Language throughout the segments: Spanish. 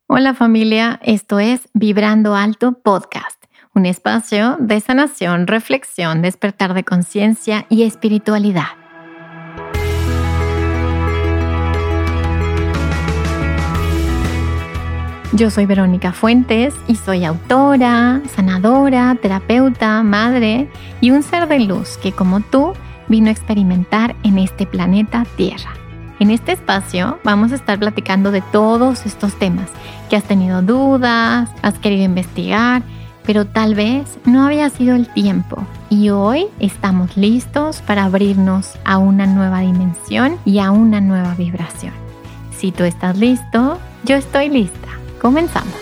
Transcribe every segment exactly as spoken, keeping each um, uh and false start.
Hola familia, esto es Vibrando Alto Podcast, un espacio de sanación, reflexión, despertar de conciencia y espiritualidad. Yo soy Verónica Fuentes y soy autora, sanadora, terapeuta, madre y un ser de luz que como tú vino a experimentar en este planeta Tierra. En este espacio vamos a estar platicando de todos estos temas que has tenido dudas, has querido investigar, pero tal vez no había sido el tiempo. Y hoy estamos listos para abrirnos a una nueva dimensión y a una nueva vibración. Si tú estás listo, yo estoy lista. Comenzamos.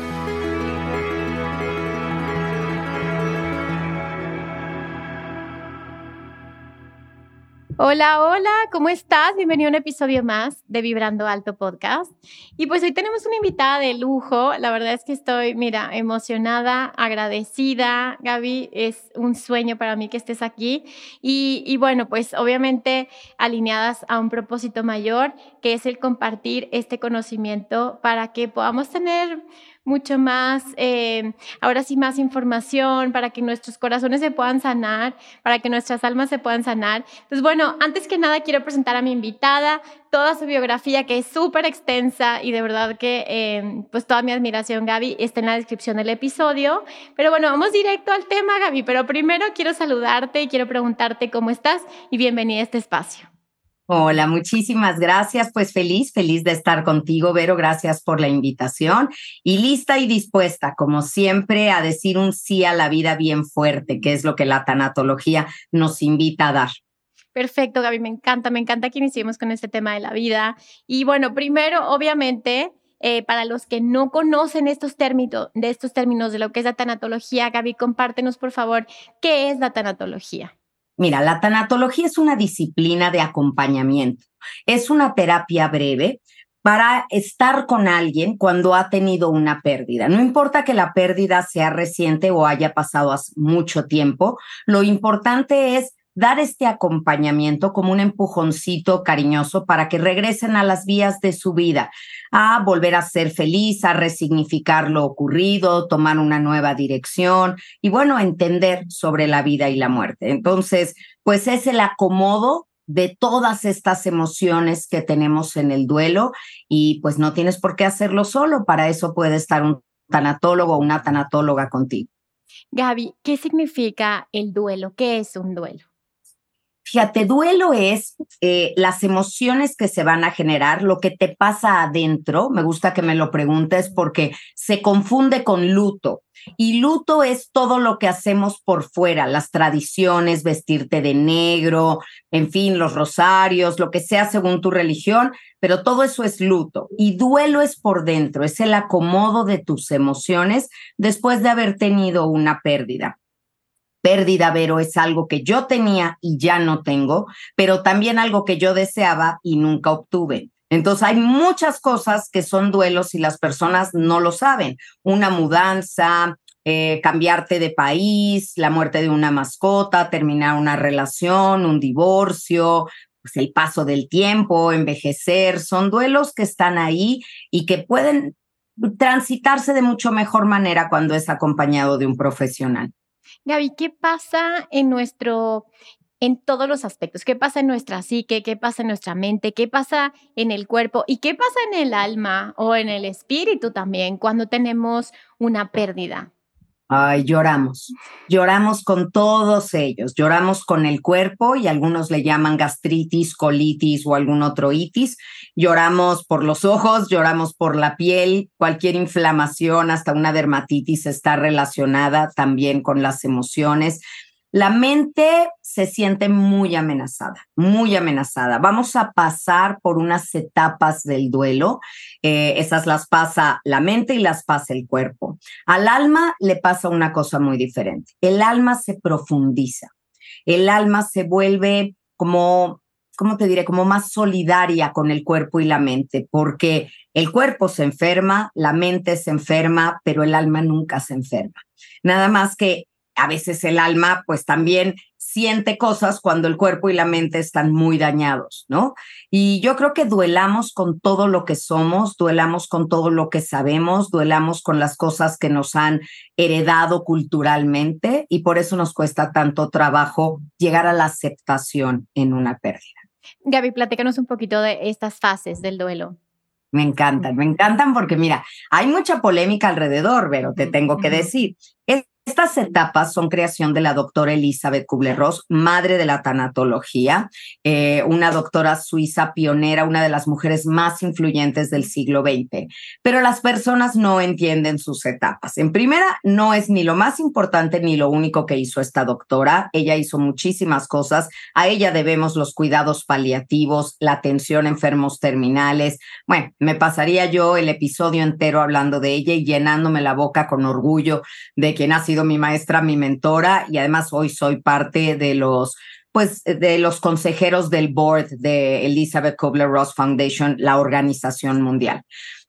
Hola, hola, ¿cómo estás? Bienvenido a un episodio más de Vibrando Alto Podcast. Y pues hoy tenemos una invitada de lujo. La verdad es que estoy, mira, emocionada, agradecida. Gaby, es un sueño para mí que estés aquí. Y, y bueno, pues obviamente alineadas a un propósito mayor, que es el compartir este conocimiento para que podamos tener mucho más, eh, ahora sí más información, para que nuestros corazones se puedan sanar, para que nuestras almas se puedan sanar. Entonces, bueno, antes que nada quiero presentar a mi invitada, toda su biografía que es súper extensa y de verdad que eh, pues toda mi admiración, Gaby, está en la descripción del episodio. Pero bueno, vamos directo al tema, Gaby, pero primero quiero saludarte y quiero preguntarte cómo estás y bienvenida a este espacio. Hola, muchísimas gracias. Pues feliz, feliz de estar contigo, Vero. Gracias por la invitación y lista y dispuesta, como siempre, a decir un sí a la vida bien fuerte, que es lo que la tanatología nos invita a dar. Perfecto, Gaby, me encanta, me encanta que iniciemos con este tema de la vida. Y bueno, primero, obviamente, eh, para los que no conocen estos términos, de estos términos de lo que es la tanatología, Gaby, compártenos, por favor, ¿qué es la tanatología? Mira, la tanatología es una disciplina de acompañamiento. Es una terapia breve para estar con alguien cuando ha tenido una pérdida. No importa que la pérdida sea reciente o haya pasado hace mucho tiempo, lo importante es dar este acompañamiento como un empujoncito cariñoso para que regresen a las vías de su vida, a volver a ser feliz, a resignificar lo ocurrido, tomar una nueva dirección y, bueno, entender sobre la vida y la muerte. Entonces, pues es el acomodo de todas estas emociones que tenemos en el duelo y pues no tienes por qué hacerlo solo. Para eso puede estar un tanatólogo o una tanatóloga contigo. Gaby, ¿qué significa el duelo? ¿Qué es un duelo? Fíjate, duelo es eh, las emociones que se van a generar, lo que te pasa adentro. Me gusta que me lo preguntes porque se confunde con luto. Y luto es todo lo que hacemos por fuera, las tradiciones, vestirte de negro, en fin, los rosarios, lo que sea según tu religión, pero todo eso es luto. Y duelo es por dentro, es el acomodo de tus emociones después de haber tenido una pérdida. Pérdida, Vero, es algo que yo tenía y ya no tengo, pero también algo que yo deseaba y nunca obtuve. Entonces hay muchas cosas que son duelos y las personas no lo saben. Una mudanza, eh, cambiarte de país, la muerte de una mascota, terminar una relación, un divorcio, pues el paso del tiempo, envejecer. Son duelos que están ahí y que pueden transitarse de mucho mejor manera cuando es acompañado de un profesional. Gaby, ¿qué pasa en nuestro, en todos los aspectos? ¿Qué pasa en nuestra psique? ¿Qué pasa en nuestra mente? ¿Qué pasa en el cuerpo? ¿Y qué pasa en el alma o en el espíritu también cuando tenemos una pérdida? Ay, lloramos, lloramos con todos ellos, lloramos con el cuerpo y algunos le llaman gastritis, colitis o algún otro itis, lloramos por los ojos, lloramos por la piel, cualquier inflamación, hasta una dermatitis está relacionada también con las emociones. La mente se siente muy amenazada, muy amenazada. Vamos a pasar por unas etapas del duelo. Eh, esas las pasa la mente y las pasa el cuerpo. Al alma le pasa una cosa muy diferente. El alma se profundiza. El alma se vuelve como, ¿cómo te diré? Como más solidaria con el cuerpo y la mente, porque el cuerpo se enferma, la mente se enferma, pero el alma nunca se enferma. Nada más que a veces el alma pues también siente cosas cuando el cuerpo y la mente están muy dañados, ¿no? Y yo creo que duelamos con todo lo que somos, duelamos con todo lo que sabemos, duelamos con las cosas que nos han heredado culturalmente y por eso nos cuesta tanto trabajo llegar a la aceptación en una pérdida. Gaby, platícanos un poquito de estas fases del duelo. Me encantan, me encantan porque mira, hay mucha polémica alrededor, pero te tengo que decir, es Estas etapas son creación de la doctora Elizabeth Kubler-Ross, madre de la tanatología, eh, una doctora suiza pionera, una de las mujeres más influyentes del siglo veinte. Pero las personas no entienden sus etapas. En primera, no es ni lo más importante ni lo único que hizo esta doctora. Ella hizo muchísimas cosas. A ella debemos los cuidados paliativos, la atención a enfermos terminales. Bueno, me pasaría yo el episodio entero hablando de ella y llenándome la boca con orgullo de quien ha sido mi maestra, mi mentora, y además hoy soy parte de los, pues, de los consejeros del board de Elizabeth Kubler-Ross Foundation, la organización mundial.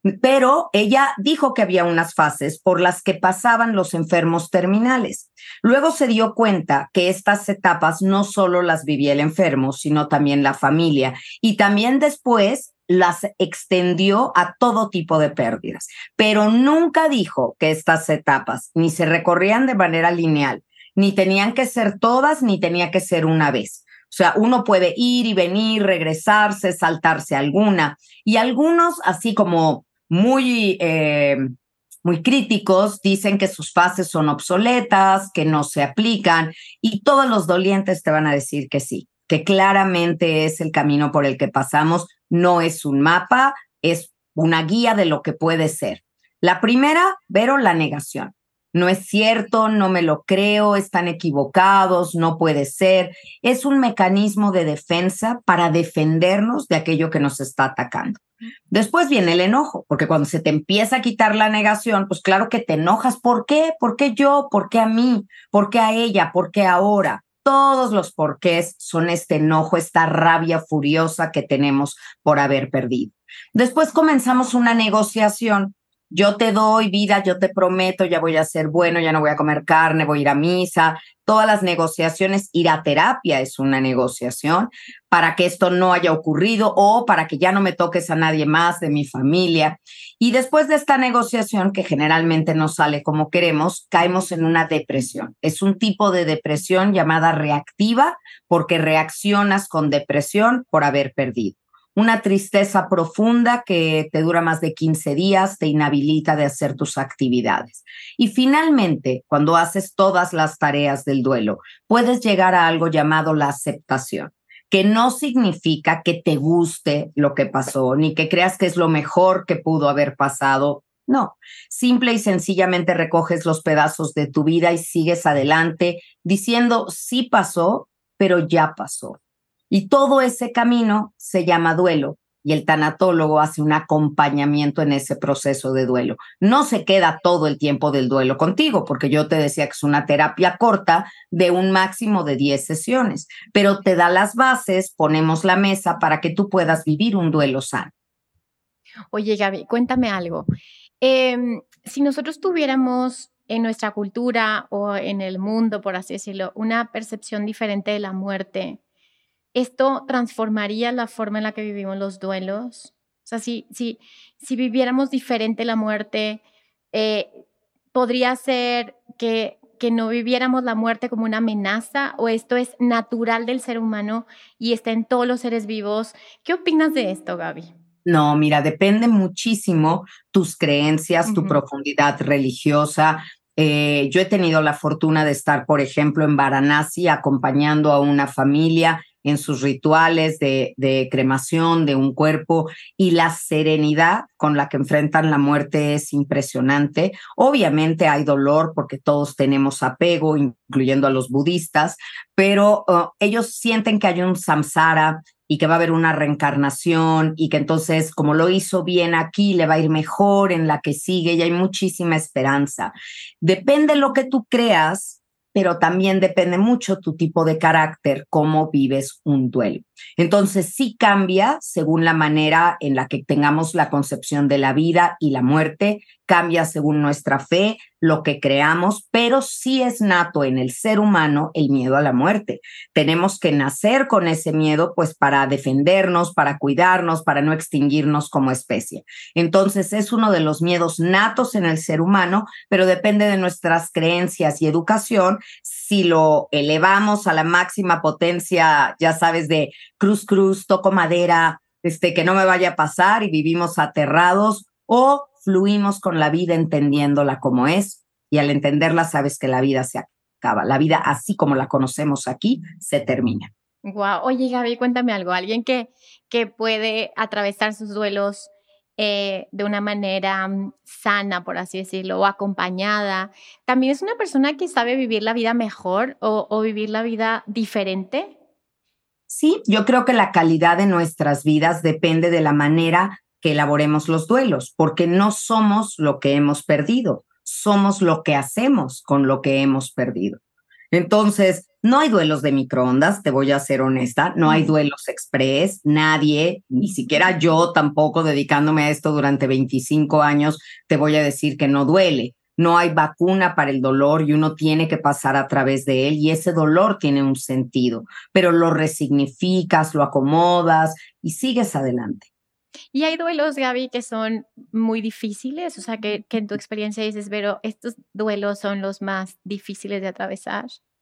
Pero ella dijo que había unas fases por las que pasaban los enfermos terminales. Luego se dio cuenta que estas etapas no solo las vivía el enfermo, sino también la familia, y también después las extendió a todo tipo de pérdidas, pero nunca dijo que estas etapas ni se recorrían de manera lineal, ni tenían que ser todas, ni tenía que ser una vez. O sea, uno puede ir y venir, regresarse, saltarse alguna, y algunos, así como muy, eh, muy críticos, dicen que sus fases son obsoletas, que no se aplican, y todos los dolientes te van a decir que sí, que claramente es el camino por el que pasamos. No es un mapa, es una guía de lo que puede ser. La primera, Vero, la negación. No es cierto, no me lo creo, están equivocados, no puede ser. Es un mecanismo de defensa para defendernos de aquello que nos está atacando. Después viene el enojo, porque cuando se te empieza a quitar la negación, pues claro que te enojas. ¿Por qué? ¿Por qué yo? ¿Por qué a mí? ¿Por qué a ella? ¿Por qué ahora? Todos los porqués son este enojo, esta rabia furiosa que tenemos por haber perdido. Después comenzamos una negociación. Yo te doy vida, yo te prometo, ya voy a ser bueno, ya no voy a comer carne, voy a ir a misa. Todas las negociaciones, ir a terapia es una negociación para que esto no haya ocurrido o para que ya no me toques a nadie más de mi familia. Y después de esta negociación, que generalmente no sale como queremos, caemos en una depresión. Es un tipo de depresión llamada reactiva porque reaccionas con depresión por haber perdido. Una tristeza profunda que te dura más de quince días, te inhabilita de hacer tus actividades. Y finalmente, cuando haces todas las tareas del duelo, puedes llegar a algo llamado la aceptación, que no significa que te guste lo que pasó, ni que creas que es lo mejor que pudo haber pasado. No, simple y sencillamente recoges los pedazos de tu vida y sigues adelante diciendo sí pasó, pero ya pasó. Y todo ese camino se llama duelo y el tanatólogo hace un acompañamiento en ese proceso de duelo. No se queda todo el tiempo del duelo contigo, porque yo te decía que es una terapia corta de un máximo de diez sesiones, pero te da las bases, ponemos la mesa para que tú puedas vivir un duelo sano. Oye, Gaby, cuéntame algo. Eh, si nosotros tuviéramos en nuestra cultura o en el mundo, por así decirlo, una percepción diferente de la muerte, ¿esto transformaría la forma en la que vivimos los duelos? O sea, si, si, si viviéramos diferente la muerte, eh, ¿podría ser que, que no viviéramos la muerte como una amenaza? ¿O esto es natural del ser humano y está en todos los seres vivos? ¿Qué opinas de esto, Gaby? No, mira, depende muchísimo tus creencias, uh-huh. tu profundidad religiosa. Eh, yo he tenido la fortuna de estar, por ejemplo, en Varanasi acompañando a una familia en sus rituales de, de cremación de un cuerpo, y la serenidad con la que enfrentan la muerte es impresionante. Obviamente hay dolor porque todos tenemos apego, incluyendo a los budistas, pero uh, ellos sienten que hay un samsara y que va a haber una reencarnación y que entonces, como lo hizo bien aquí, le va a ir mejor en la que sigue, y hay muchísima esperanza. Depende de lo que tú creas, pero también depende mucho tu tipo de carácter, cómo vives un duelo. Entonces sí cambia según la manera en la que tengamos la concepción de la vida y la muerte, cambia según nuestra fe, lo que creamos, pero sí es nato en el ser humano el miedo a la muerte. Tenemos que nacer con ese miedo, pues para defendernos, para cuidarnos, para no extinguirnos como especie. Entonces es uno de los miedos natos en el ser humano, pero depende de nuestras creencias y educación. Si lo elevamos a la máxima potencia, ya sabes, de cruz, cruz, toco madera, este, que no me vaya a pasar y vivimos aterrados, o fluimos con la vida entendiéndola como es, y al entenderla sabes que la vida se acaba. La vida así como la conocemos aquí se termina. Wow. Oye, Gaby, cuéntame algo. Alguien que, que puede atravesar sus duelos eh, de una manera um, sana, por así decirlo, o acompañada, ¿también es una persona que sabe vivir la vida mejor o, o vivir la vida diferente? Sí, yo creo que la calidad de nuestras vidas depende de la manera que elaboremos los duelos, porque no somos lo que hemos perdido, somos lo que hacemos con lo que hemos perdido. Entonces, no hay duelos de microondas, te voy a ser honesta, no hay duelos express, nadie, ni siquiera yo tampoco dedicándome a esto durante veinticinco años, te voy a decir que no duele. No hay vacuna para el dolor y uno tiene que pasar a través de él y ese dolor tiene un sentido, pero lo resignificas, lo acomodas y sigues adelante. Y hay duelos, Gaby, que son muy difíciles, o sea, que, que en tu experiencia dices, pero estos duelos son los más difíciles de atravesar.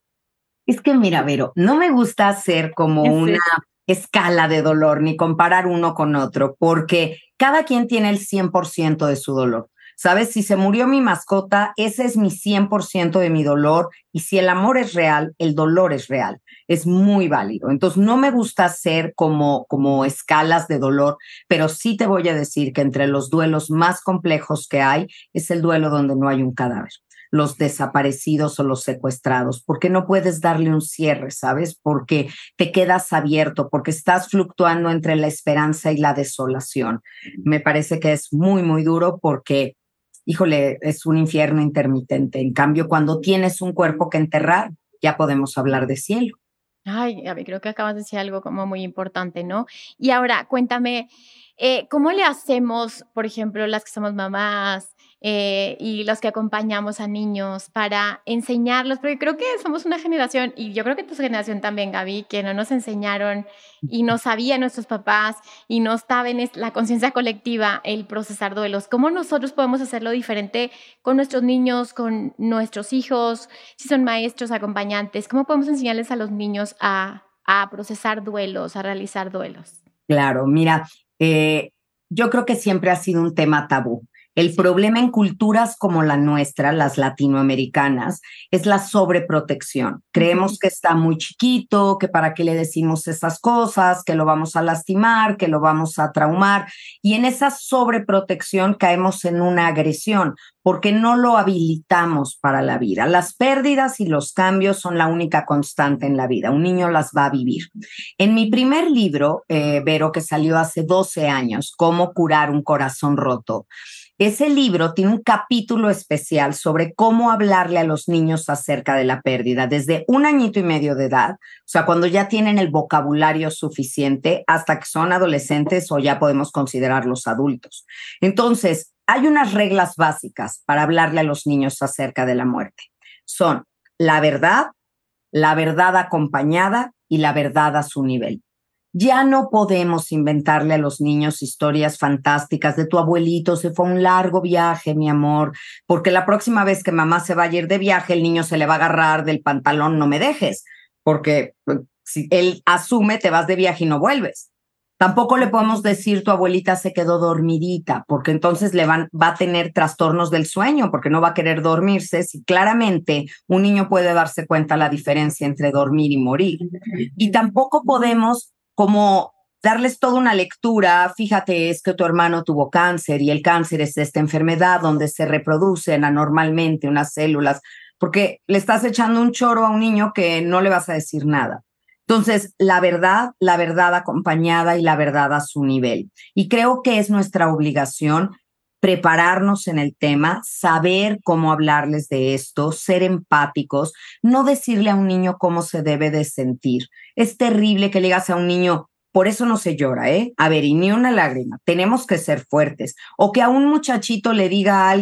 Es que mira, Vero, no me gusta hacer como Sí. una escala de dolor ni comparar uno con otro, porque cada quien tiene el cien por ciento de su dolor. ¿Sabes? Si se murió mi mascota, ese es mi cien por ciento de mi dolor. Y si el amor es real, el dolor es real. Es muy válido. Entonces, no me gusta hacer como, como escalas de dolor, pero sí te voy a decir que entre los duelos más complejos que hay es el duelo donde no hay un cadáver, los desaparecidos o los secuestrados, porque no puedes darle un cierre, ¿sabes? Porque te quedas abierto, porque estás fluctuando entre la esperanza y la desolación. Me parece que es muy, muy duro porque híjole, es un infierno intermitente. En cambio, cuando tienes un cuerpo que enterrar, ya podemos hablar de cielo. Ay, Gaby, creo que acabas de decir algo como muy importante, ¿no? Y ahora, cuéntame, eh, ¿cómo le hacemos, por ejemplo, las que somos mamás eh, y los que acompañamos a niños para enseñarlos? Porque creo que somos una generación, y yo creo que tu generación también, Gaby, que no nos enseñaron y no sabían nuestros papás y no estaba en la conciencia colectiva el procesar duelos. ¿Cómo nosotros podemos hacerlo diferente con nuestros niños, con nuestros hijos, si son maestros, acompañantes? ¿Cómo podemos enseñarles a los niños a, a procesar duelos, a realizar duelos? Claro, mira, eh, yo creo que siempre ha sido un tema tabú. El Sí. problema en culturas como la nuestra, las latinoamericanas, es la sobreprotección. Creemos Uh-huh. que está muy chiquito, que para qué le decimos esas cosas, que lo vamos a lastimar, que lo vamos a traumar. Y en esa sobreprotección caemos en una agresión, porque no lo habilitamos para la vida. Las pérdidas y los cambios son la única constante en la vida. Un niño las va a vivir. En mi primer libro, eh, Vero, que salió hace doce años, Cómo curar un corazón roto, ese libro tiene un capítulo especial sobre cómo hablarle a los niños acerca de la pérdida, desde un añito y medio de edad, o sea, cuando ya tienen el vocabulario suficiente, hasta que son adolescentes o ya podemos considerarlos adultos. Entonces, hay unas reglas básicas para hablarle a los niños acerca de la muerte. Son la verdad, la verdad acompañada y la verdad a su nivel. Ya no podemos inventarle a los niños historias fantásticas de tu abuelito se fue a un largo viaje, mi amor, porque la próxima vez que mamá se va a ir de viaje, el niño se le va a agarrar del pantalón, no me dejes, porque pues, si él asume, te vas de viaje y no vuelves. Tampoco le podemos decir tu abuelita se quedó dormidita, porque entonces le van, va a tener trastornos del sueño, porque no va a querer dormirse. Si claramente un niño puede darse cuenta la diferencia entre dormir y morir. Y tampoco podemos como darles toda una lectura, fíjate, es que tu hermano tuvo cáncer y el cáncer es esta enfermedad donde se reproducen anormalmente unas células, porque le estás echando un choro a un niño que no le vas a decir nada. Entonces, la verdad, la verdad acompañada y la verdad a su nivel. Y creo que es nuestra obligación prepararnos en el tema, saber cómo hablarles de esto, ser empáticos, no decirle a un niño cómo se debe de sentir. Es terrible que le digas a un niño, por eso no se llora, ¿eh? A ver, y ni una lágrima, tenemos que ser fuertes. O que a un muchachito le diga a alguien,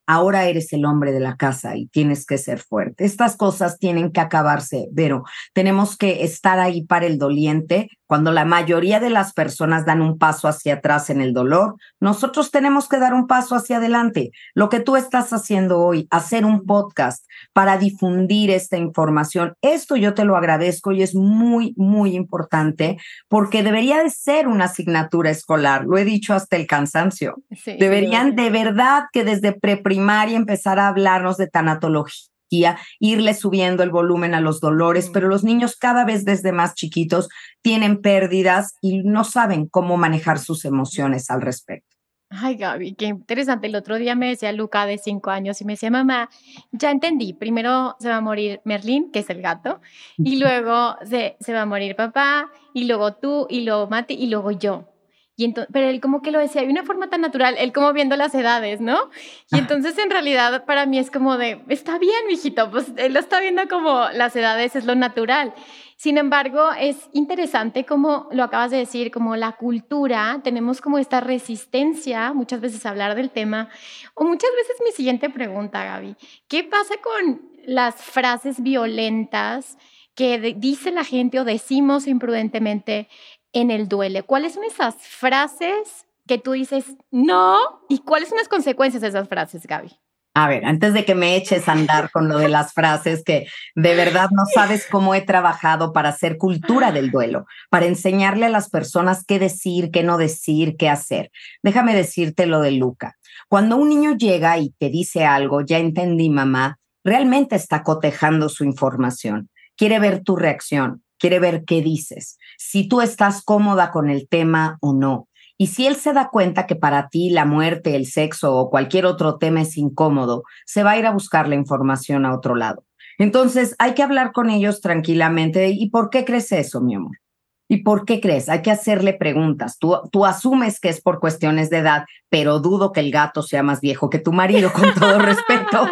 ahora eres el hombre de la casa y tienes que ser fuerte. Estas cosas tienen que acabarse, pero tenemos que estar ahí para el doliente. Cuando la mayoría de las personas dan un paso hacia atrás en el dolor, nosotros tenemos que dar un paso hacia adelante. Lo que tú estás haciendo hoy, hacer un podcast para difundir esta información, esto yo te lo agradezco y es muy, muy importante porque debería de ser una asignatura escolar. Lo he dicho hasta el cansancio. Sí, Deberían sí, de verdad que desde preprimaria empezar a hablarnos de tanatología, irle subiendo el volumen a los dolores, pero los niños cada vez desde más chiquitos tienen pérdidas y no saben cómo manejar sus emociones al respecto. Ay, Gaby, qué interesante. El otro día me decía Luca de cinco años y me decía, mamá, ya entendí, primero se va a morir Merlín, que es el gato, y luego se, se va a morir papá, y luego tú, y luego Mati, y luego yo. Y entonces, pero él como que lo decía de una forma tan natural, él como viendo las edades, ¿no? Y entonces en realidad para mí es como de, está bien, mijito, pues él lo está viendo como las edades es lo natural. Sin embargo, es interesante como lo acabas de decir, como la cultura, tenemos como esta resistencia muchas veces a hablar del tema. O muchas veces mi siguiente pregunta, Gaby, ¿qué pasa con las frases violentas que de- dice la gente o decimos imprudentemente en el duelo? ¿Cuáles son esas frases que tú dices no? ¿Y cuáles son las consecuencias de esas frases, Gaby? A ver, antes de que me eches a andar con lo de las frases, que de verdad no sabes cómo he trabajado para hacer cultura del duelo, para enseñarle a las personas qué decir, qué no decir, qué hacer. Déjame decirte lo de Luca. Cuando un niño llega y te dice algo, ya entendí, mamá, realmente está cotejando su información. Quiere ver tu reacción, quiere ver qué dices, si tú estás cómoda con el tema o no. Y si él se da cuenta que para ti la muerte, el sexo o cualquier otro tema es incómodo, se va a ir a buscar la información a otro lado. Entonces, hay que hablar con ellos tranquilamente. ¿Y por qué crees eso, mi amor? ¿Y por qué crees? Hay que hacerle preguntas. Tú, tú asumes que es por cuestiones de edad, pero dudo que el gato sea más viejo que tu marido, con todo respeto.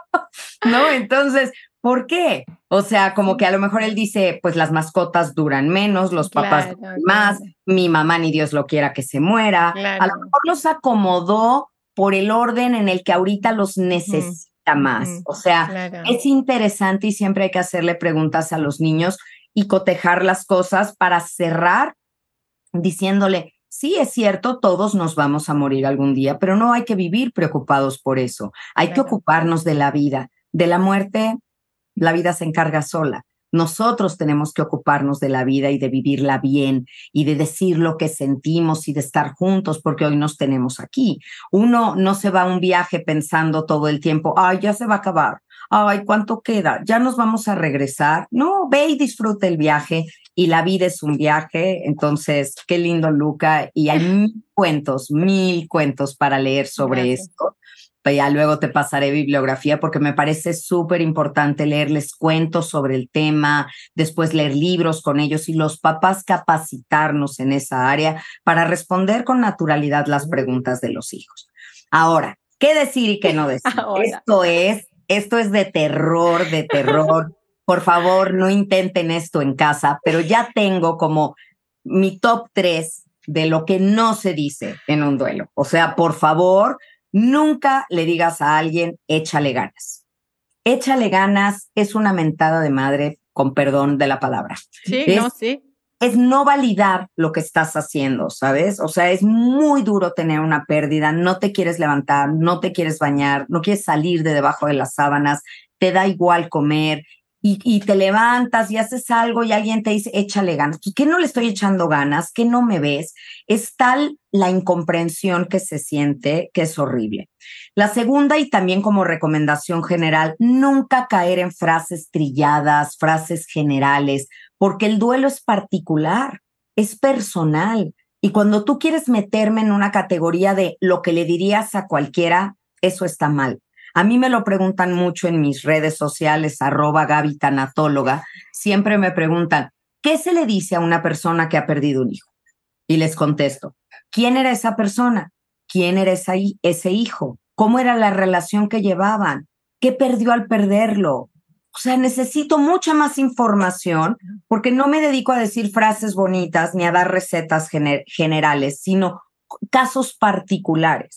¿No? Entonces, ¿por qué? O sea, como que a lo mejor él dice, pues las mascotas duran menos, los papás Claro, duran más, claro, mi mamá ni Dios lo quiera que se muera. A lo claro. mejor los acomodó por el orden en el que ahorita los Ujú, necesita más. ujú, O sea, claro. es interesante y siempre hay que hacerle preguntas a los niños y cotejar las cosas para cerrar diciéndole, sí, es cierto, todos nos vamos a morir algún día, pero no hay que vivir preocupados por eso. Hay que Claro. ocuparnos de la vida. De la muerte, la vida se encarga sola. Nosotros tenemos que ocuparnos de la vida y de vivirla bien y de decir lo que sentimos y de estar juntos porque hoy nos tenemos aquí. Uno no se va a un viaje pensando todo el tiempo, ay, ya se va a acabar, ay, ¿cuánto queda? Ya nos vamos a regresar. No, ve y disfruta el viaje y la vida es un viaje. Entonces, qué lindo, Luca. Y hay mil cuentos, mil cuentos para leer sobre Gracias. esto. Ya luego te pasaré bibliografía porque me parece súper importante leerles cuentos sobre el tema, después leer libros con ellos y los papás capacitarnos en esa área para responder con naturalidad las preguntas de los hijos. Ahora, ¿qué decir y qué no decir? Ahora. Esto es, esto es de terror, de terror. Por favor, no intenten esto en casa, pero ya tengo como mi top tres de lo que no se dice en un duelo. O sea, por favor, nunca le digas a alguien, échale ganas. Échale ganas es una mentada de madre, con perdón de la palabra. Sí, no, Es, sí. es no validar lo que estás haciendo, ¿sabes? O sea, es muy duro tener una pérdida, no te quieres levantar, no te quieres bañar, no quieres salir de debajo de las sábanas, te da igual comer. Y, y te levantas y haces algo y alguien te dice, échale ganas. Pues, ¿qué no le estoy echando ganas? ¿Qué no me ves? Es tal la incomprensión que se siente que es horrible. La segunda, y también como recomendación general, nunca caer en frases trilladas, frases generales, porque el duelo es particular, es personal. Y cuando tú quieres meterme en una categoría de lo que le dirías a cualquiera, eso está mal. A mí me lo preguntan mucho en mis redes sociales, arroba Gaby Tanatóloga. Siempre me preguntan, ¿qué se le dice a una persona que ha perdido un hijo? Y les contesto, ¿quién era esa persona? ¿Quién era esa, ese hijo? ¿Cómo era la relación que llevaban? ¿Qué perdió al perderlo? O sea, necesito mucha más información porque no me dedico a decir frases bonitas ni a dar recetas gener- generales, sino casos particulares.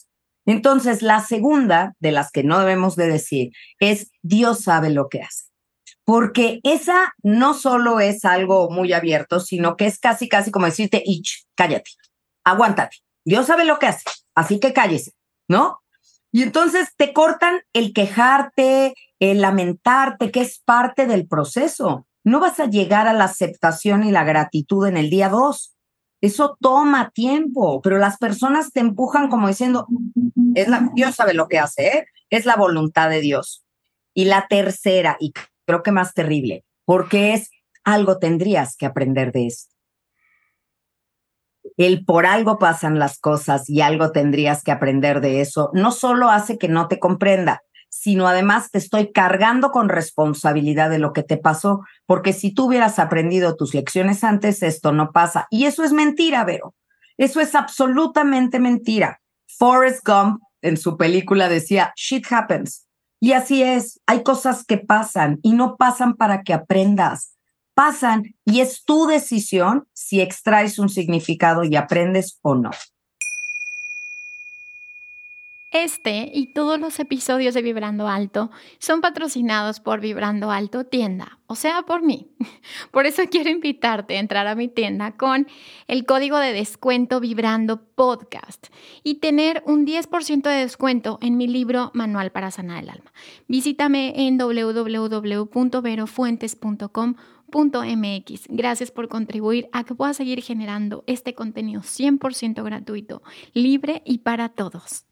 Entonces, la segunda de las que no debemos de decir es Dios sabe lo que hace. Porque esa no solo es algo muy abierto, sino que es casi, casi como decirte, ich, cállate, aguántate. Dios sabe lo que hace, así que cállese, ¿no? Y entonces te cortan el quejarte, el lamentarte, que es parte del proceso. No vas a llegar a la aceptación y la gratitud en el día dos. Eso toma tiempo, pero las personas te empujan como diciendo, es la, Dios sabe lo que hace, ¿eh? Es la voluntad de Dios. Y la tercera, y creo que más terrible, porque es algo tendrías que aprender de esto. El por algo pasan las cosas y algo tendrías que aprender de eso, no solo hace que no te comprenda, sino además te estoy cargando con responsabilidad de lo que te pasó, porque si tú hubieras aprendido tus lecciones antes, esto no pasa. Y eso es mentira, Vero. Eso es absolutamente mentira. Forrest Gump en su película decía, shit happens. Y así es, hay cosas que pasan y no pasan para que aprendas. Pasan y es tu decisión si extraes un significado y aprendes o no. Este y todos los episodios de Vibrando Alto son patrocinados por Vibrando Alto Tienda, o sea, por mí. Por eso quiero invitarte a entrar a mi tienda con el código de descuento Vibrando Podcast y tener un diez por ciento de descuento en mi libro Manual para Sanar el Alma. Visítame en w w w punto vero fuentes punto com punto m x. Gracias por contribuir a que pueda seguir generando este contenido cien por ciento gratuito, libre y para todos.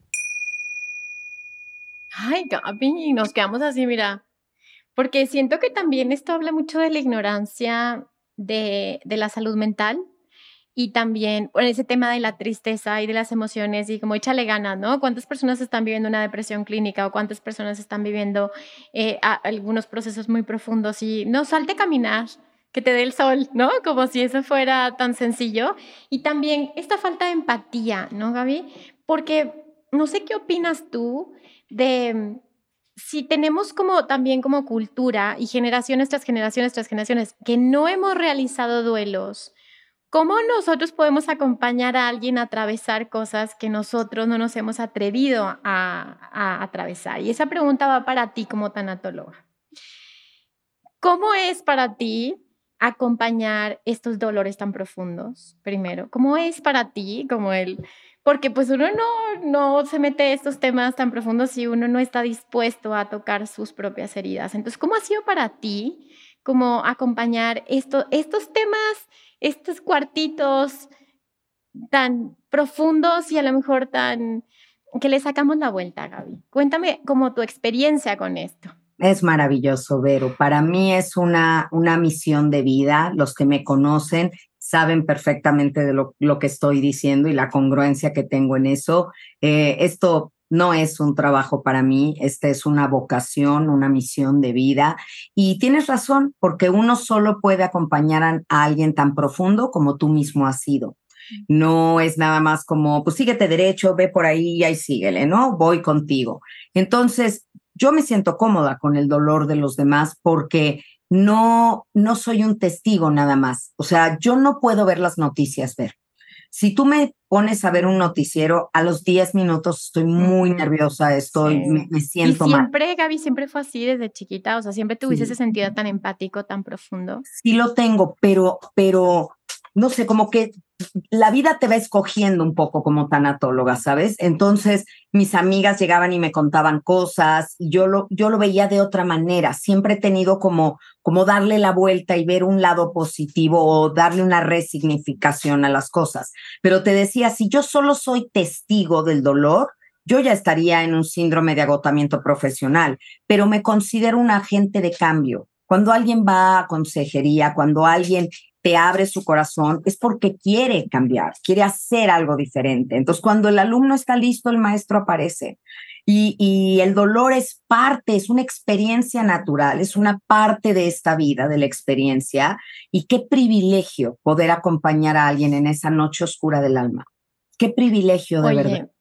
Ay, Gaby, nos quedamos así, mira, porque siento que también esto habla mucho de la ignorancia de, de la salud mental y también por ese tema de la tristeza y de las emociones y como échale ganas, ¿no? ¿Cuántas personas están viviendo una depresión clínica o cuántas personas están viviendo eh, a, algunos procesos muy profundos y no, salte a caminar, que te dé el sol, ¿no? Como si eso fuera tan sencillo. Y también esta falta de empatía, ¿no, Gaby? Porque no sé qué opinas tú de si tenemos como también como cultura y generaciones tras generaciones tras generaciones que no hemos realizado duelos, ¿cómo nosotros podemos acompañar a alguien a atravesar cosas que nosotros no nos hemos atrevido a, a atravesar? Y esa pregunta va para ti como tanatóloga. ¿Cómo es para ti acompañar estos dolores tan profundos? Primero, ¿cómo es para ti como el... Porque pues uno no, no se mete a estos temas tan profundos si uno no está dispuesto a tocar sus propias heridas. Entonces, ¿cómo ha sido para ti como acompañar esto, estos temas, estos cuartitos tan profundos y a lo mejor tan... que le sacamos la vuelta, Gaby? Cuéntame como tu experiencia con esto. Es maravilloso, Vero. Para mí es una, una misión de vida. Los que me conocen saben perfectamente de lo, lo que estoy diciendo y la congruencia que tengo en eso. Eh, esto no es un trabajo para mí, esta es una vocación, una misión de vida. Y tienes razón, porque uno solo puede acompañar a, a alguien tan profundo como tú mismo has sido. No es nada más como, pues síguete derecho, ve por ahí y ahí síguele, ¿no? Voy contigo. Entonces, yo me siento cómoda con el dolor de los demás porque no, no soy un testigo nada más. O sea, yo no puedo ver las noticias, ver. Si tú me pones a ver un noticiero, a los diez minutos estoy muy nerviosa, estoy, sí. me, me siento mal. Y siempre, mal. Gaby, siempre fue así desde chiquita, o sea, siempre tuviste sí. ese sentido tan empático, tan profundo. Sí lo tengo, pero, pero no sé, como que la vida te va escogiendo un poco como tanatóloga, ¿sabes? Entonces, mis amigas llegaban y me contaban cosas y yo lo, yo lo veía de otra manera. Siempre he tenido como, como darle la vuelta y ver un lado positivo o darle una resignificación a las cosas. Pero te decía, si yo solo soy testigo del dolor, yo ya estaría en un síndrome de agotamiento profesional, pero me considero un agente de cambio. Cuando alguien va a consejería, cuando alguien te abre su corazón, es porque quiere cambiar, quiere hacer algo diferente. Entonces, cuando el alumno está listo, el maestro aparece. Y, y el dolor es parte, es una experiencia natural, es una parte de esta vida, de la experiencia. Y qué privilegio poder acompañar a alguien en esa noche oscura del alma. Qué privilegio, de Oye, verdad.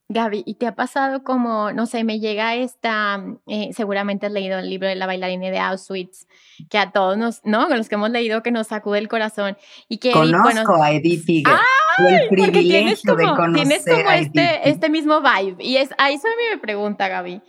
Gaby, ¿y te ha pasado como, no sé, me llega esta, eh, seguramente has leído el libro de la bailarina de Auschwitz, que a todos nos, ¿no? Con los que hemos leído, que nos sacude el corazón y que, bueno, Conozco a Edith Tiger, tuve el ¡ay! Porque tienes privilegio de como, tienes conocer como a Edith este, Tiger. este mismo vibe y es, ahí eso a mí me pregunta, Gaby.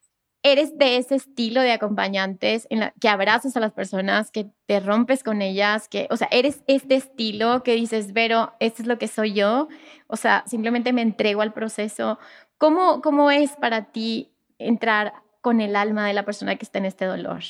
¿Eres de ese estilo de acompañantes en la, que abrazas a las personas, que te rompes con ellas? Que, o sea, ¿eres este estilo que dices, Vero, esto es lo que soy yo? O sea, simplemente me entrego al proceso. ¿Cómo, cómo es para ti entrar con el alma de la persona que está en este dolor?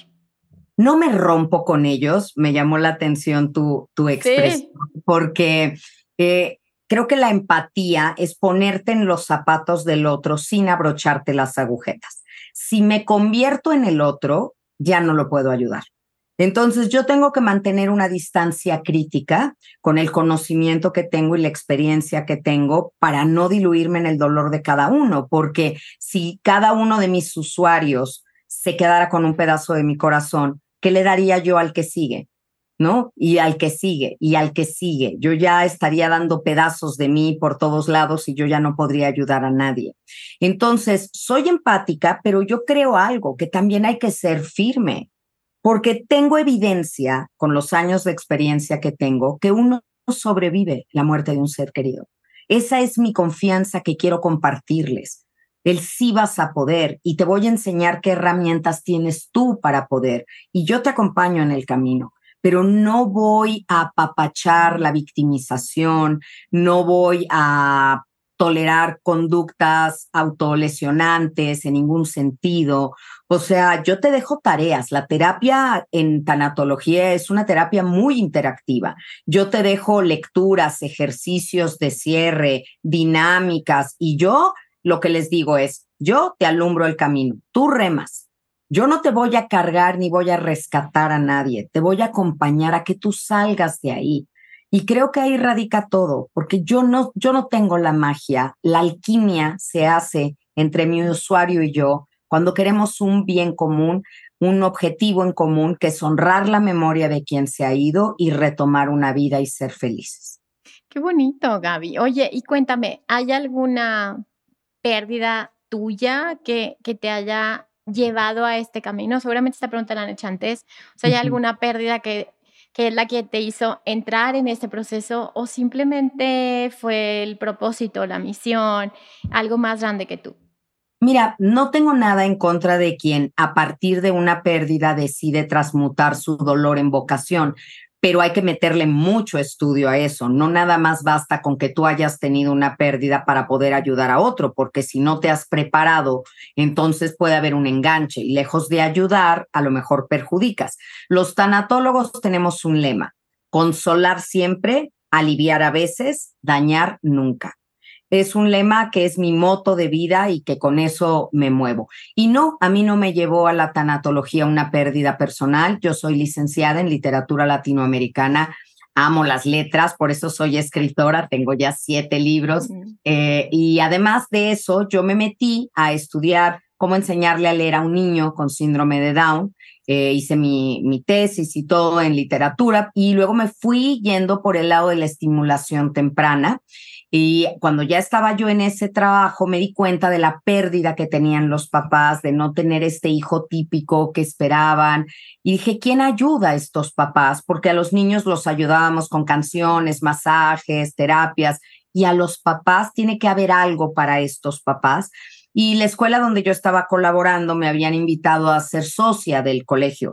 No me rompo con ellos, me llamó la atención tu, tu expresión, Sí. porque eh, creo que la empatía es ponerte en los zapatos del otro sin abrocharte las agujetas. Si me convierto en el otro, ya no lo puedo ayudar. Entonces yo tengo que mantener una distancia crítica con el conocimiento que tengo y la experiencia que tengo para no diluirme en el dolor de cada uno, porque si cada uno de mis usuarios se quedara con un pedazo de mi corazón, ¿qué le daría yo al que sigue? ¿No? Y al que sigue, y al que sigue. Yo ya estaría dando pedazos de mí por todos lados y yo ya no podría ayudar a nadie. Entonces, soy empática, pero yo creo algo, que también hay que ser firme, porque tengo evidencia, con los años de experiencia que tengo, que uno sobrevive la muerte de un ser querido. Esa es mi confianza que quiero compartirles. El sí vas a poder y te voy a enseñar qué herramientas tienes tú para poder y yo te acompaño en el camino, pero no voy a apapachar la victimización, no voy a tolerar conductas autolesionantes en ningún sentido. O sea, yo te dejo tareas. La terapia en tanatología es una terapia muy interactiva. Yo te dejo lecturas, ejercicios de cierre, dinámicas y yo lo que les digo es, yo te alumbro el camino, tú remas. Yo no te voy a cargar ni voy a rescatar a nadie, te voy a acompañar a que tú salgas de ahí. Y creo que ahí radica todo, porque yo no, yo no tengo la magia, la alquimia se hace entre mi usuario y yo cuando queremos un bien común, un objetivo en común, que es honrar la memoria de quien se ha ido y retomar una vida y ser felices. Qué bonito, Gaby. Oye, y cuéntame, ¿hay alguna pérdida tuya que, que te haya llevado a este camino? Seguramente esta pregunta la han hecho antes. O sea, ¿hay Uh-huh. alguna pérdida que, que es la que te hizo entrar en este proceso o simplemente fue el propósito, la misión, algo más grande que tú? Mira, no tengo nada en contra de quien a partir de una pérdida decide transmutar su dolor en vocación, pero hay que meterle mucho estudio a eso. No nada más basta con que tú hayas tenido una pérdida para poder ayudar a otro, porque si no te has preparado, entonces puede haber un enganche y lejos de ayudar, a lo mejor perjudicas. Los tanatólogos tenemos un lema: consolar siempre, aliviar a veces, dañar nunca. Es un lema que es mi moto de vida y que con eso me muevo. Y no, a mí no me llevó a la tanatología una pérdida personal. Yo soy licenciada en literatura latinoamericana, amo las letras, por eso soy escritora, tengo ya siete libros. Uh-huh. Eh, y además de eso, yo me metí a estudiar cómo enseñarle a leer a un niño con síndrome de Down. Eh, hice mi, mi tesis y todo en literatura y luego me fui yendo por el lado de la estimulación temprana. Y cuando ya estaba yo en ese trabajo, me di cuenta de la pérdida que tenían los papás de no tener este hijo típico que esperaban. Y dije, ¿quién ayuda a estos papás? Porque a los niños los ayudábamos con canciones, masajes, terapias, y a los papás tiene que haber algo para estos papás. Y la escuela donde yo estaba colaborando me habían invitado a ser socia del colegio.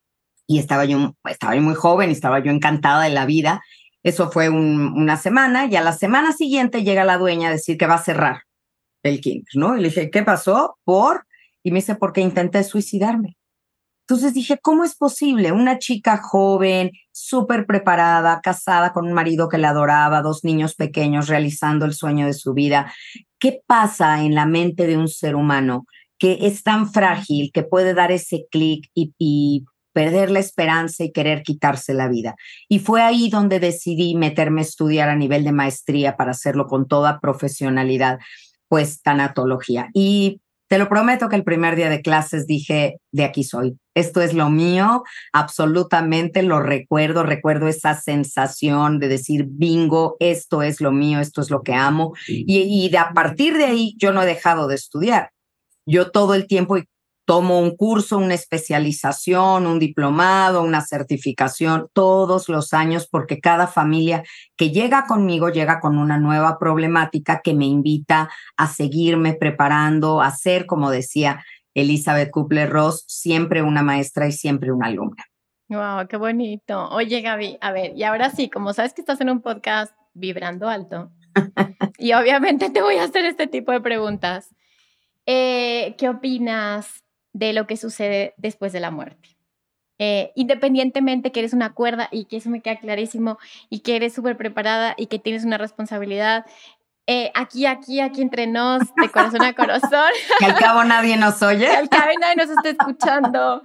Y estaba yo, estaba yo muy joven y estaba yo encantada de la vida. Eso fue un, una semana y a la semana siguiente llega la dueña a decir que va a cerrar el kinder, ¿no? Y le dije, ¿qué pasó? ¿Por? Y me dice, porque intenté suicidarme. Entonces dije, ¿cómo es posible? Una chica joven, súper preparada, casada con un marido que la adoraba, dos niños pequeños, realizando el sueño de su vida. ¿Qué pasa en la mente de un ser humano que es tan frágil que puede dar ese clic y, y perder la esperanza y querer quitarse la vida? Y fue ahí donde decidí meterme a estudiar a nivel de maestría para hacerlo con toda profesionalidad, pues tanatología. Y Te lo prometo que el primer día de clases dije, de aquí soy. Esto es lo mío, absolutamente lo recuerdo, recuerdo esa sensación de decir, bingo, esto es lo mío, esto es lo que amo. Y, y de a partir de ahí yo no he dejado de estudiar. Yo todo el tiempo tomo un curso, una especialización, un diplomado, una certificación, todos los años, porque cada familia que llega conmigo llega con una nueva problemática que me invita a seguirme preparando, a ser, como decía Elizabeth Kubler-Ross, siempre una maestra y siempre una alumna. Wow, qué bonito. Oye, Gaby, a ver, y ahora sí, como sabes que estás en un podcast Vibrando Alto, y obviamente te voy a hacer este tipo de preguntas. Eh, ¿Qué opinas de lo que sucede después de la muerte? Eh, independientemente que eres una cuerda y que eso me queda clarísimo y que eres súper preparada y que tienes una responsabilidad, eh, aquí, aquí, aquí entre nos, de corazón a corazón. Que al cabo nadie nos oye. Que al cabo nadie nos está escuchando.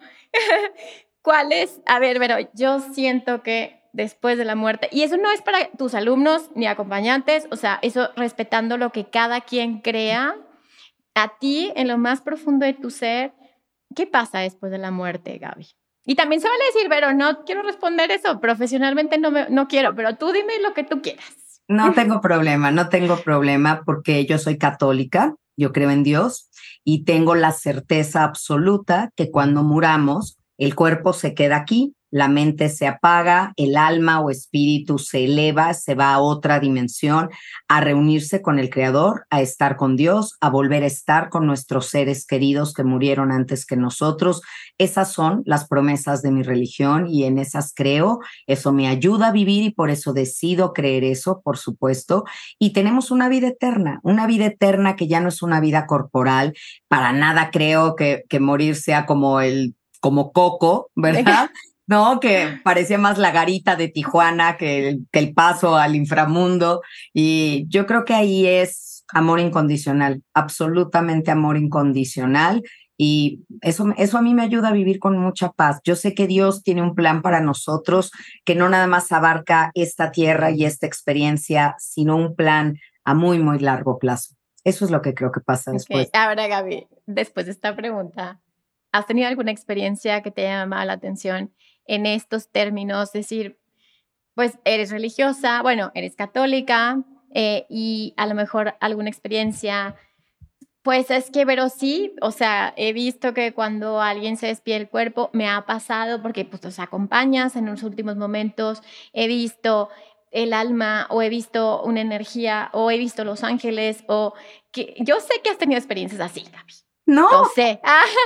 ¿Cuál es? A ver, pero yo siento que después de la muerte, y eso no es para tus alumnos ni acompañantes, o sea, eso respetando lo que cada quien crea, a ti, en lo más profundo de tu ser, ¿qué pasa después de la muerte, Gaby? Y también se vale decir, pero no quiero responder eso, profesionalmente no, me, no quiero, pero tú dime lo que tú quieras. No tengo problema, no tengo problema porque yo soy católica, yo creo en Dios y tengo la certeza absoluta que cuando muramos, el cuerpo se queda aquí, la mente se apaga, el alma o espíritu se eleva, se va a otra dimensión, a reunirse con el Creador, a estar con Dios, a volver a estar con nuestros seres queridos que murieron antes que nosotros. Esas son las promesas de mi religión y en esas creo. Eso me ayuda a vivir y por eso decido creer eso, por supuesto. Y tenemos una vida eterna, una vida eterna que ya no es una vida corporal. Para nada creo que, que morir sea como el como Coco, ¿verdad? No, que parecía más la garita de Tijuana que el, que el paso al inframundo. Y yo creo que ahí es amor incondicional, absolutamente amor incondicional. Y eso, eso a mí me ayuda a vivir con mucha paz. Yo sé que Dios tiene un plan para nosotros que no nada más abarca esta tierra y esta experiencia, sino un plan a muy, muy largo plazo. Eso es lo que creo que pasa después. Okay. Ahora, Gaby, después de esta pregunta, ¿has tenido alguna experiencia que te haya llamado la atención en estos términos? Es decir, pues eres religiosa, bueno, eres católica eh, y a lo mejor alguna experiencia, pues es que, pero sí, o sea, he visto que cuando alguien se despide del cuerpo, me ha pasado porque pues los acompañas en los últimos momentos, he visto el alma o he visto una energía o he visto los ángeles o que yo sé que has tenido experiencias así, Gaby. No. Lo sé.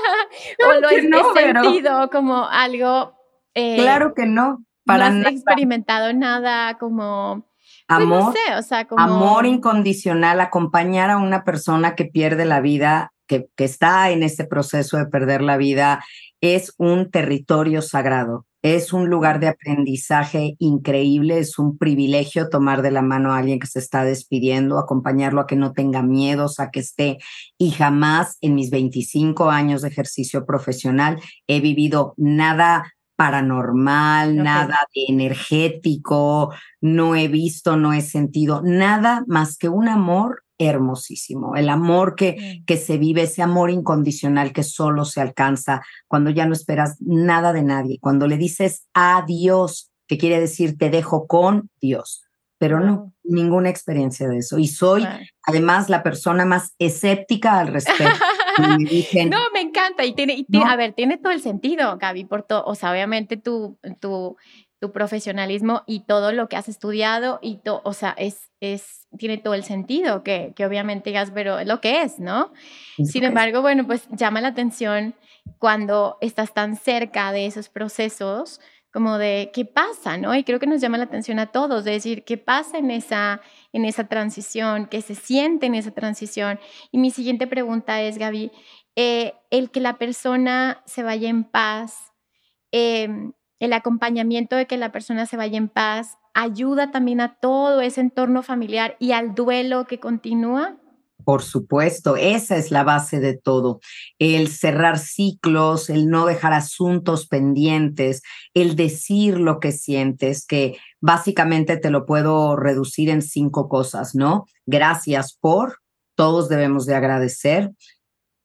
O lo he, no, he sentido pero... como algo... Eh, claro que no. Para no has nada. experimentado nada como... Amor, pues no sé, o sea, como... amor incondicional, acompañar a una persona que pierde la vida, que, que está en este proceso de perder la vida, es un territorio sagrado. Es un lugar de aprendizaje increíble, es un privilegio tomar de la mano a alguien que se está despidiendo, acompañarlo a que no tenga miedos, a que esté. Y jamás en mis veinticinco años de ejercicio profesional he vivido nada paranormal, okay. Nada de energético, no he visto, no he sentido nada más que un amor hermosísimo, el amor que, mm. que se vive, ese amor incondicional que solo se alcanza cuando ya no esperas nada de nadie, cuando le dices adiós, que quiere decir te dejo con Dios, pero wow. No, ninguna experiencia de eso. Y soy wow. además la persona más escéptica al respecto. Me dicen, no, me encanta y tiene, y tiene no. a ver, tiene todo el sentido, Gaby, por todo, o sea, obviamente tu, tu, tu profesionalismo y todo lo que has estudiado y todo, o sea, es, es, tiene todo el sentido que, que obviamente digas, pero es lo que es, ¿no? Es Sin embargo, es. bueno, pues llama la atención cuando estás tan cerca de esos procesos, como de qué pasa, ¿no? Y creo que nos llama la atención a todos, de decir qué pasa en esa, en esa transición, qué se siente en esa transición. Y mi siguiente pregunta es, Gaby, eh, el que la persona se vaya en paz, eh, el acompañamiento de que la persona se vaya en paz, ¿ayuda también a todo ese entorno familiar y al duelo que continúa? Por supuesto, esa es la base de todo. El cerrar ciclos, el no dejar asuntos pendientes, el decir lo que sientes, que básicamente te lo puedo reducir en cinco cosas, ¿no? Gracias por, todos debemos de agradecer.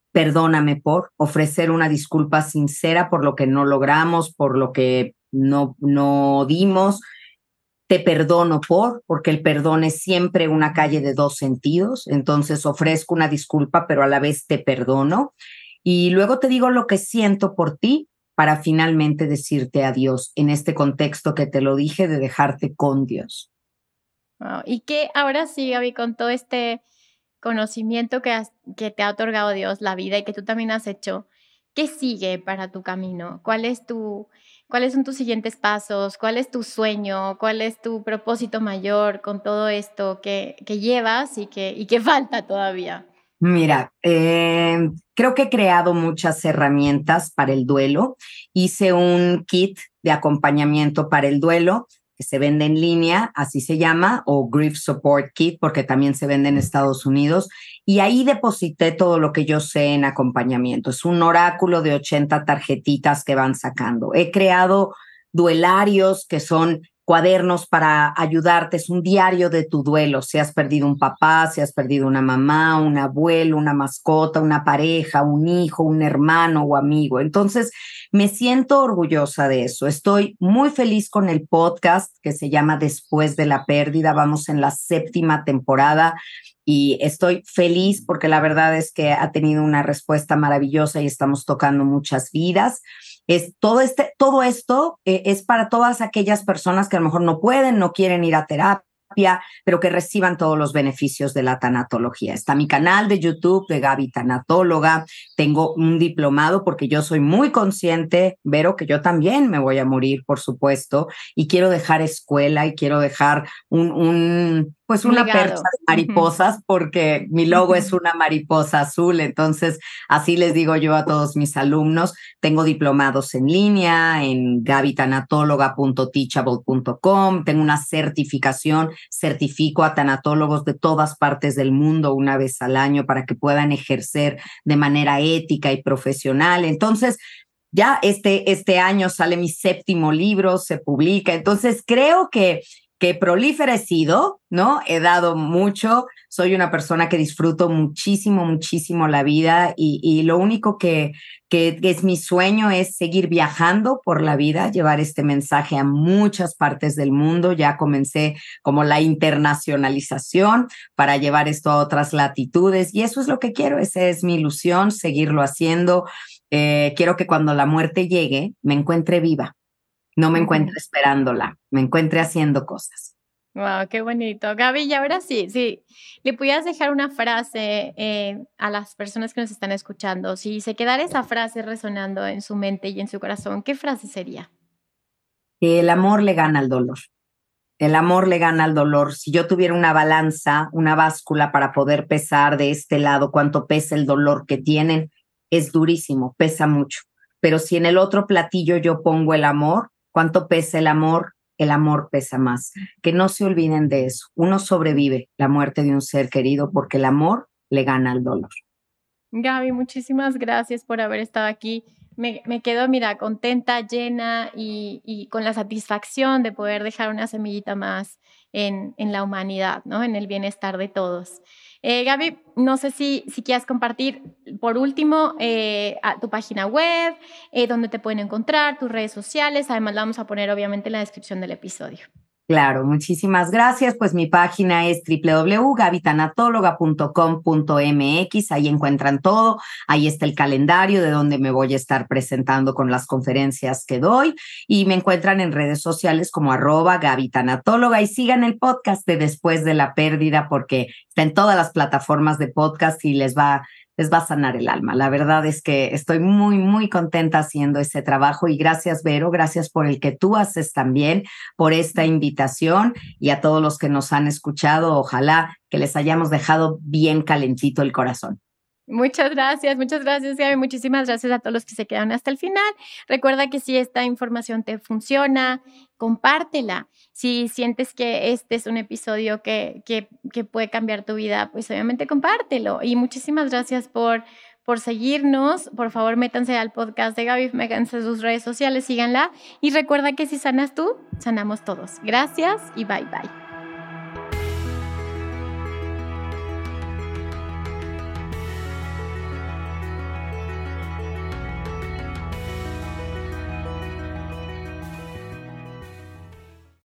perdóname por, ofrecer una disculpa sincera por lo que no logramos, por lo que no, no dimos. Te perdono por, porque el perdón es siempre una calle de dos sentidos. Entonces ofrezco una disculpa, pero a la vez te perdono. Y luego te digo lo que siento por ti para finalmente decirte adiós en este contexto que te lo dije de dejarte con Dios. Wow. Y que ahora sí, Gaby, con todo este conocimiento que, has, que te ha otorgado Dios, la vida y que tú también has hecho, ¿qué sigue para tu camino? ¿Cuál es tu, ¿Cuáles son tus siguientes pasos? ¿Cuál es tu sueño? ¿Cuál es tu propósito mayor con todo esto que, que llevas y que, y que falta todavía? Mira, eh, creo que he creado muchas herramientas para el duelo. Hice un kit de acompañamiento para el duelo que se vende en línea, así se llama, o Grief Support Kit, porque también se vende en Estados Unidos. Y ahí deposité todo lo que yo sé en acompañamiento. Es un oráculo de ochenta tarjetitas que van sacando. He creado duelarios que son cuadernos para ayudarte, es un diario de tu duelo, si has perdido un papá, si has perdido una mamá, un abuelo, una mascota, una pareja, un hijo, un hermano o amigo. Entonces, me siento orgullosa de eso. Estoy muy feliz con el podcast que se llama Después de la Pérdida. Vamos en la séptima temporada y estoy feliz porque la verdad es que ha tenido una respuesta maravillosa y estamos tocando muchas vidas. Es todo, este, todo esto eh, es para todas aquellas personas que a lo mejor no pueden, no quieren ir a terapia, pero que reciban todos los beneficios de la tanatología. Está mi canal de YouTube de Gaby Tanatóloga. Tengo un diplomado porque yo soy muy consciente, Vero, que yo también me voy a morir, por supuesto, y quiero dejar escuela y quiero dejar un, un pues una Legado. percha de mariposas, porque mi logo es una mariposa azul. Entonces, así les digo yo a todos mis alumnos. Tengo diplomados en línea en gaby tanatóloga punto teachable punto com. Tengo una certificación, certifico a tanatólogos de todas partes del mundo una vez al año para que puedan ejercer de manera ética y profesional. Entonces, ya este, este año sale mi séptimo libro, se publica. Entonces, creo que que prolífera he sido, ¿no? He dado mucho, soy una persona que disfruto muchísimo, muchísimo la vida y, y lo único que, que es mi sueño es seguir viajando por la vida, llevar este mensaje a muchas partes del mundo. Ya comencé como la internacionalización para llevar esto a otras latitudes y eso es lo que quiero, esa es mi ilusión, seguirlo haciendo. Eh, quiero que cuando la muerte llegue me encuentre viva. No me encuentre esperándola, me encuentre haciendo cosas. Wow, qué bonito. Gaby, y ahora sí, sí, le pudieras dejar una frase eh, a las personas que nos están escuchando. Si se quedara esa frase resonando en su mente y en su corazón, ¿qué frase sería? Que el amor le gana al dolor. El amor le gana al dolor. Si yo tuviera una balanza, una báscula para poder pesar de este lado cuánto pesa el dolor que tienen, es durísimo, pesa mucho. Pero si en el otro platillo yo pongo el amor, ¿cuánto pesa el amor? El amor pesa más. Que no se olviden de eso. Uno sobrevive la muerte de un ser querido porque el amor le gana al dolor. Gaby, muchísimas gracias por haber estado aquí. Me, me quedo, mira, contenta, llena y, y con la satisfacción de poder dejar una semillita más en, en la humanidad, ¿no? En el bienestar de todos. Eh, Gaby, no sé si, si quieras compartir, por último, eh, a tu página web, eh, donde te pueden encontrar, tus redes sociales. Además, la vamos a poner, obviamente, en la descripción del episodio. Claro, muchísimas gracias. Pues mi página es doble u doble u doble u punto gaby tanatóloga punto com punto m x. Ahí encuentran todo. Ahí está el calendario de donde me voy a estar presentando con las conferencias que doy. Y me encuentran en redes sociales como arroba Gaby Tanatóloga. Y sigan el podcast de Después de la Pérdida porque está en todas las plataformas de podcast y les va les va a sanar el alma. La verdad es que estoy muy, muy contenta haciendo ese trabajo y gracias, Vero, gracias por el que tú haces también, por esta invitación y a todos los que nos han escuchado. Ojalá que les hayamos dejado bien calentito el corazón. Muchas gracias, muchas gracias, Gaby. Muchísimas gracias a todos los que se quedan hasta el final. Recuerda que si esta información te funciona, compártela. Si sientes que este es un episodio que, que, que puede cambiar tu vida, pues obviamente compártelo. Y muchísimas gracias por, por seguirnos. Por favor, métanse al podcast de Gaby, métanse a sus redes sociales, síganla. Y recuerda que si sanas tú, sanamos todos. Gracias y bye bye.